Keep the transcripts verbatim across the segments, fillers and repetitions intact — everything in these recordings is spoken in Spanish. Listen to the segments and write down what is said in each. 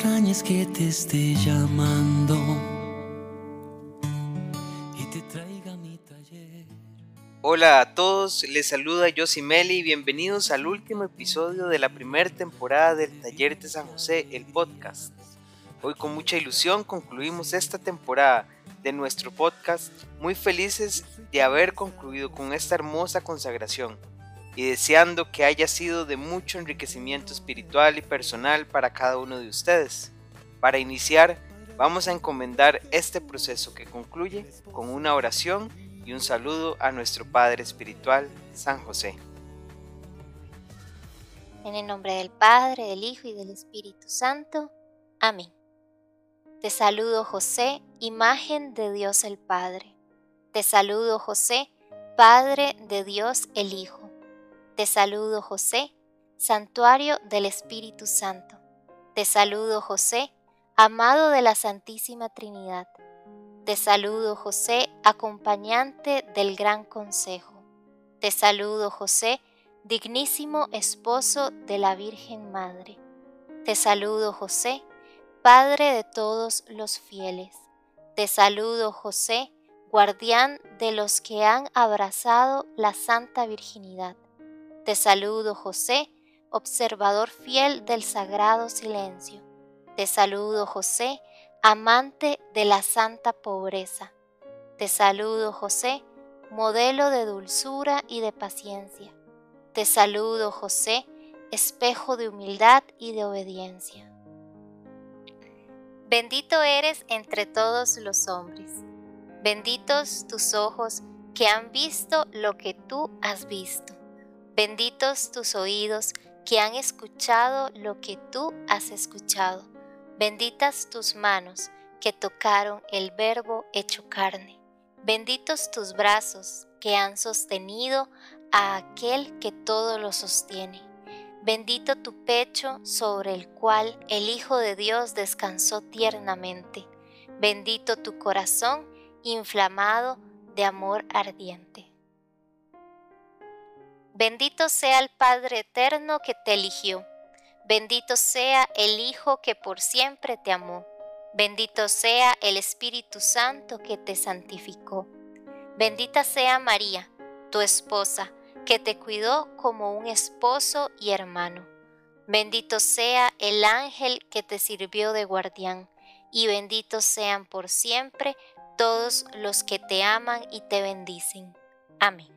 extrañes que te esté llamando y te traiga mi taller. Hola a todos, les saluda Yosimeli y bienvenidos al último episodio de la primera temporada del Taller de San José, el podcast. Hoy con mucha ilusión concluimos esta temporada de nuestro podcast, muy felices de haber concluido con esta hermosa consagración y deseando que haya sido de mucho enriquecimiento espiritual y personal para cada uno de ustedes. Para iniciar, vamos a encomendar este proceso que concluye con una oración y un saludo a nuestro Padre Espiritual, San José. En el nombre del Padre, del Hijo y del Espíritu Santo. Amén. Te saludo, José, imagen de Dios el Padre. Te saludo, José, Padre de Dios el Hijo. Te saludo, José, santuario del Espíritu Santo. Te saludo, José, amado de la Santísima Trinidad. Te saludo, José, acompañante del Gran Consejo. Te saludo, José, dignísimo esposo de la Virgen Madre. Te saludo, José, Padre de todos los fieles. Te saludo, José, guardián de los que han abrazado la Santa Virginidad. Te saludo, José, observador fiel del sagrado silencio. Te saludo, José, amante de la santa pobreza. Te saludo, José, modelo de dulzura y de paciencia. Te saludo, José, espejo de humildad y de obediencia. Bendito eres entre todos los hombres. Benditos tus ojos que han visto lo que tú has visto. Benditos tus oídos que han escuchado lo que tú has escuchado. Benditas tus manos que tocaron el Verbo hecho carne. Benditos tus brazos que han sostenido a aquel que todo lo sostiene. Bendito tu pecho sobre el cual el Hijo de Dios descansó tiernamente. Bendito tu corazón inflamado de amor ardiente. Bendito sea el Padre eterno que te eligió. Bendito sea el Hijo que por siempre te amó. Bendito sea el Espíritu Santo que te santificó. Bendita sea María, tu esposa, que te cuidó como un esposo y hermano. Bendito sea el ángel que te sirvió de guardián, y benditos sean por siempre todos los que te aman y te bendicen. Amén.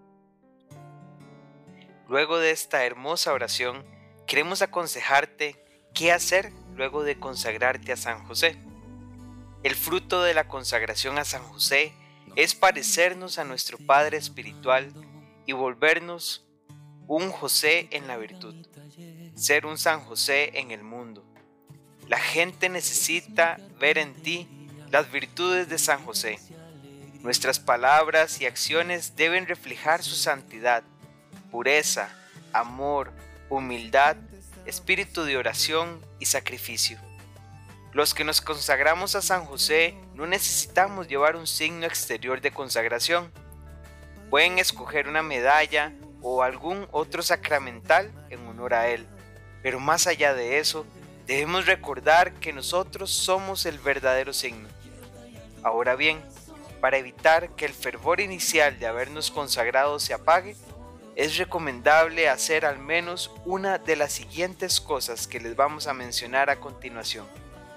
Luego de esta hermosa oración, queremos aconsejarte qué hacer luego de consagrarte a San José. El fruto de la consagración a San José es parecernos a nuestro Padre Espiritual y volvernos un José en la virtud, ser un San José en el mundo. La gente necesita ver en ti las virtudes de San José. Nuestras palabras y acciones deben reflejar su santidad, pureza, amor, humildad, espíritu de oración y sacrificio. Los que nos consagramos a San José no necesitamos llevar un signo exterior de consagración. Pueden escoger una medalla o algún otro sacramental en honor a él, pero más allá de eso, debemos recordar que nosotros somos el verdadero signo. Ahora bien, para evitar que el fervor inicial de habernos consagrado se apague, es recomendable hacer al menos una de las siguientes cosas que les vamos a mencionar a continuación.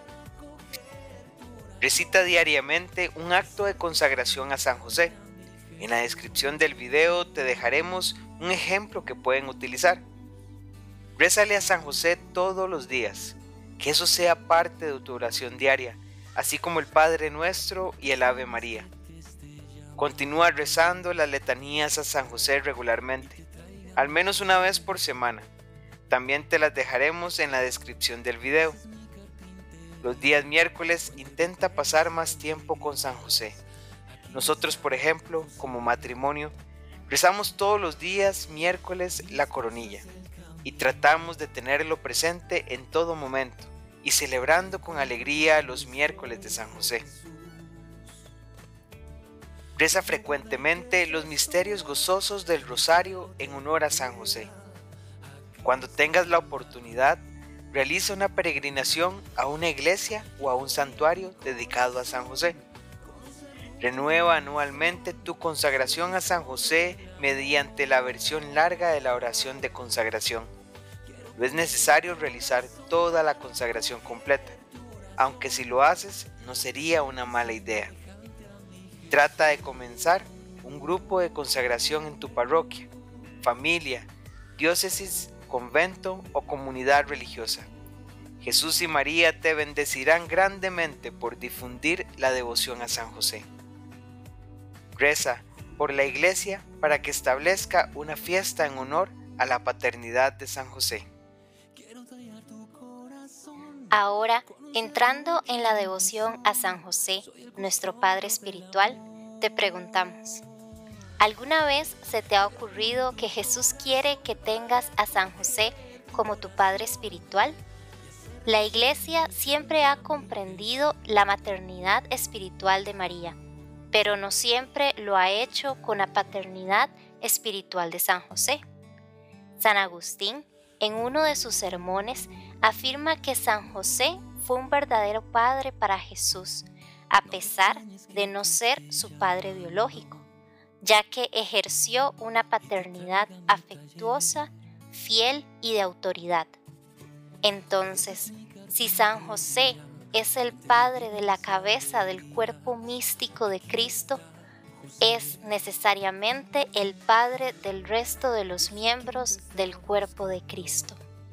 Recita diariamente un acto de consagración a San José. En la descripción del video te dejaremos un ejemplo que pueden utilizar. Rézale a San José todos los días, que eso sea parte de tu oración diaria, así como el Padre Nuestro y el Ave María. Continúa rezando las letanías a San José regularmente, al menos una vez por semana. También te las dejaremos en la descripción del video. Los días miércoles intenta pasar más tiempo con San José. Nosotros, por ejemplo, como matrimonio, rezamos todos los días miércoles la coronilla y tratamos de tenerlo presente en todo momento y celebrando con alegría los miércoles de San José. Reza frecuentemente los misterios gozosos del rosario en honor a San José. Cuando tengas la oportunidad, realiza una peregrinación a una iglesia o a un santuario dedicado a San José. Renueva anualmente tu consagración a San José mediante la versión larga de la oración de consagración. No es necesario realizar toda la consagración completa, aunque si lo haces no sería una mala idea. Trata de comenzar un grupo de consagración en tu parroquia, familia, diócesis, convento o comunidad religiosa. Jesús y María te bendecirán grandemente por difundir la devoción a San José. Reza por la Iglesia para que establezca una fiesta en honor a la paternidad de San José. Ahora, entrando en la devoción a San José, nuestro Padre Espiritual, te preguntamos: ¿alguna vez se te ha ocurrido que Jesús quiere que tengas a San José como tu Padre Espiritual? La Iglesia siempre ha comprendido la maternidad espiritual de María, pero no siempre lo ha hecho con la paternidad espiritual de San José. San Agustín, en uno de sus sermones, afirma que San José fue un verdadero padre para Jesús, a pesar de no ser su padre biológico, ya que ejerció una paternidad afectuosa, fiel y de autoridad. Entonces, si San José es el padre de la cabeza del cuerpo místico de Cristo, es necesariamente el padre del resto de los miembros del cuerpo de Cristo.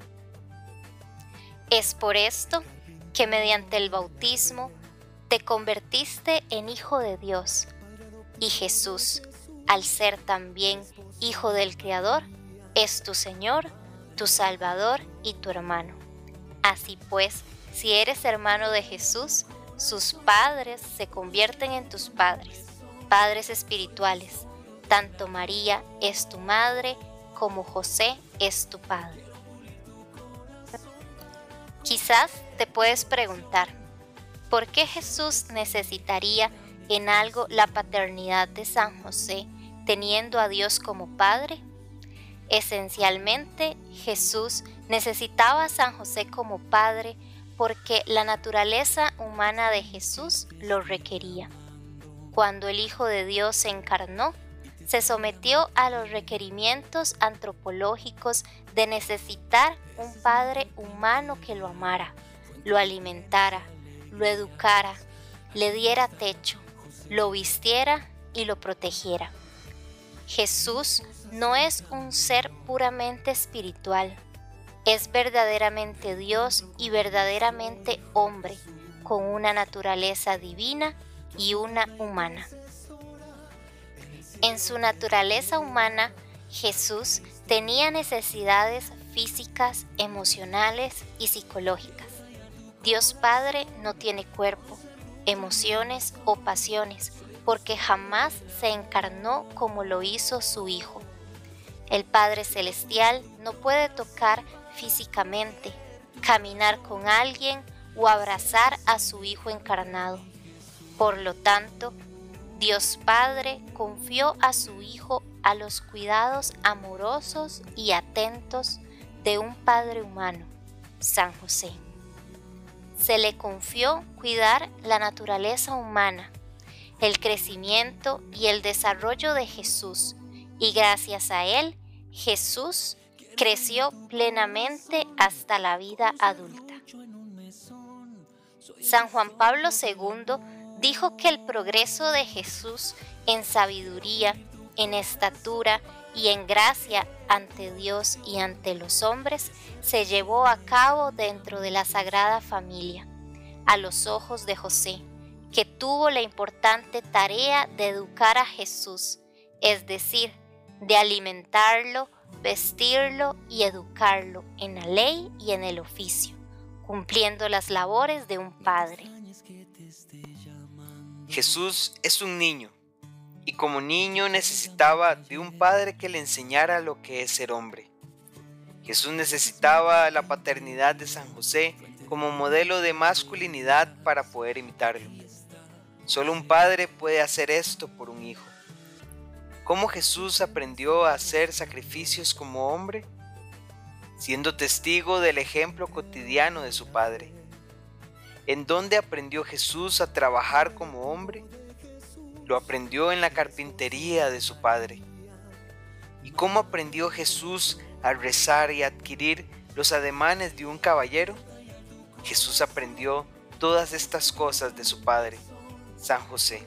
Es por esto que mediante el bautismo te convertiste en hijo de Dios, y Jesús, al ser también hijo del Creador, es tu Señor, tu Salvador y tu hermano. Así pues, si eres hermano de Jesús, sus padres se convierten en tus padres, padres espirituales. Tanto María es tu madre como José es tu padre. Quizás te puedes preguntar, ¿por qué Jesús necesitaría en algo la paternidad de San José, teniendo a Dios como padre? Esencialmente, Jesús necesitaba a San José como padre porque la naturaleza humana de Jesús lo requería. Cuando el Hijo de Dios se encarnó, se sometió a los requerimientos antropológicos de necesitar un padre humano que lo amara, lo alimentara, lo educara, le diera techo, lo vistiera y lo protegiera. Jesús no es un ser puramente espiritual, es verdaderamente Dios y verdaderamente hombre, con una naturaleza divina y una humana. En su naturaleza humana, Jesús tenía necesidades físicas, emocionales y psicológicas. Dios Padre no tiene cuerpo, emociones o pasiones, porque jamás se encarnó como lo hizo su Hijo. El Padre Celestial no puede tocar físicamente, caminar con alguien o abrazar a su Hijo encarnado. Por lo tanto, Dios Padre confió a su Hijo a los cuidados amorosos y atentos de un Padre humano, San José. Se le confió cuidar la naturaleza humana, el crecimiento y el desarrollo de Jesús, y gracias a él, Jesús creció plenamente hasta la vida adulta. San Juan Pablo segundo dijo que el progreso de Jesús en sabiduría, en estatura y en gracia ante Dios y ante los hombres se llevó a cabo dentro de la Sagrada Familia, a los ojos de José, que tuvo la importante tarea de educar a Jesús, es decir, de alimentarlo, vestirlo y educarlo en la ley y en el oficio, cumpliendo las labores de un padre. Jesús es un niño, y como niño necesitaba de un padre que le enseñara lo que es ser hombre. Jesús necesitaba la paternidad de San José como modelo de masculinidad para poder imitarlo. Solo un padre puede hacer esto por un hijo. ¿Cómo Jesús aprendió a hacer sacrificios como hombre? siendo testigo del ejemplo cotidiano de su Padre. ¿En dónde aprendió Jesús a trabajar como hombre? Lo aprendió en la carpintería de su Padre. ¿Y cómo aprendió Jesús a rezar y a adquirir los ademanes de un caballero? Jesús aprendió todas estas cosas de su Padre, San José.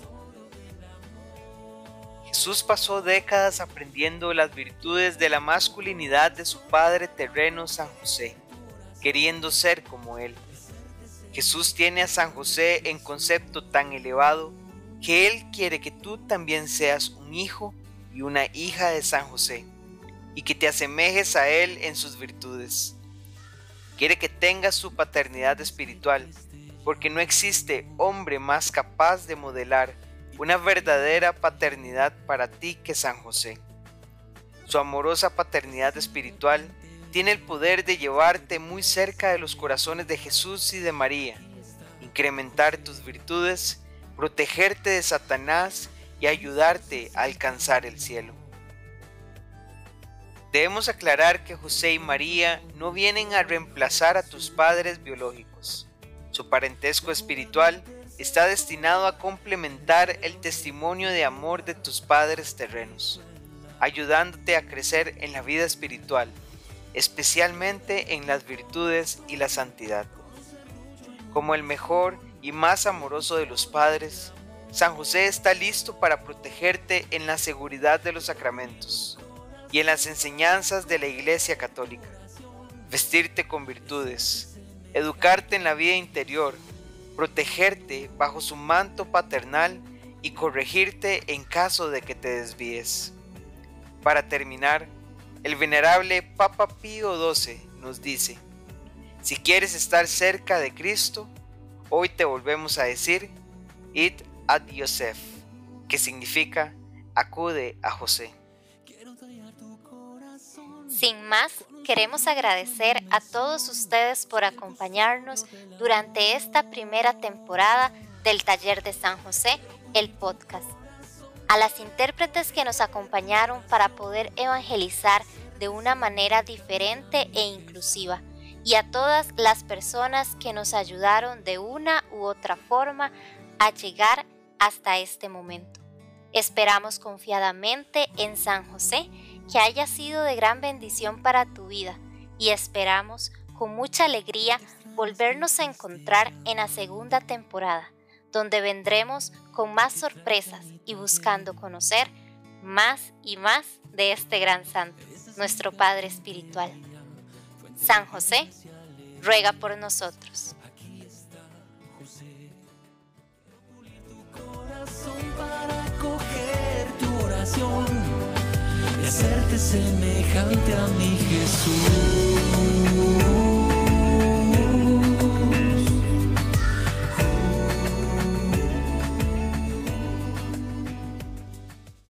Jesús pasó décadas aprendiendo las virtudes de la masculinidad de su padre terreno San José, queriendo ser como él. Jesús tiene a San José en concepto tan elevado que él quiere que tú también seas un hijo y una hija de San José, y que te asemejes a él en sus virtudes. Quiere que tengas su paternidad espiritual, porque no existe hombre más capaz de modelar una verdadera paternidad para ti que San José. Su amorosa paternidad espiritual tiene el poder de llevarte muy cerca de los corazones de Jesús y de María, incrementar tus virtudes, protegerte de Satanás y ayudarte a alcanzar el cielo. Debemos aclarar que José y María no vienen a reemplazar a tus padres biológicos. Su parentesco espiritual está destinado a complementar el testimonio de amor de tus padres terrenos, ayudándote a crecer en la vida espiritual, especialmente en las virtudes y la santidad. Como el mejor y más amoroso de los padres, San José está listo para protegerte en la seguridad de los sacramentos y en las enseñanzas de la Iglesia Católica, vestirte con virtudes, educarte en la vida interior, protegerte bajo su manto paternal y corregirte en caso de que te desvíes. Para terminar, el venerable Papa Pío doce nos dice: si quieres estar cerca de Cristo, hoy te volvemos a decir Id ad Yosef, que significa acude a José. Sin más, queremos agradecer a todos ustedes por acompañarnos durante esta primera temporada del Taller de San José, el podcast. A las intérpretes que nos acompañaron para poder evangelizar de una manera diferente e inclusiva, y a todas las personas que nos ayudaron de una u otra forma a llegar hasta este momento. Esperamos confiadamente en San José que haya sido de gran bendición para tu vida, y esperamos con mucha alegría volvernos a encontrar en la segunda temporada, donde vendremos con más sorpresas y buscando conocer más y más de este gran santo, nuestro Padre espiritual. San José, ruega por nosotros. Para acoger tu oración y hacerte semejante a mi Jesús.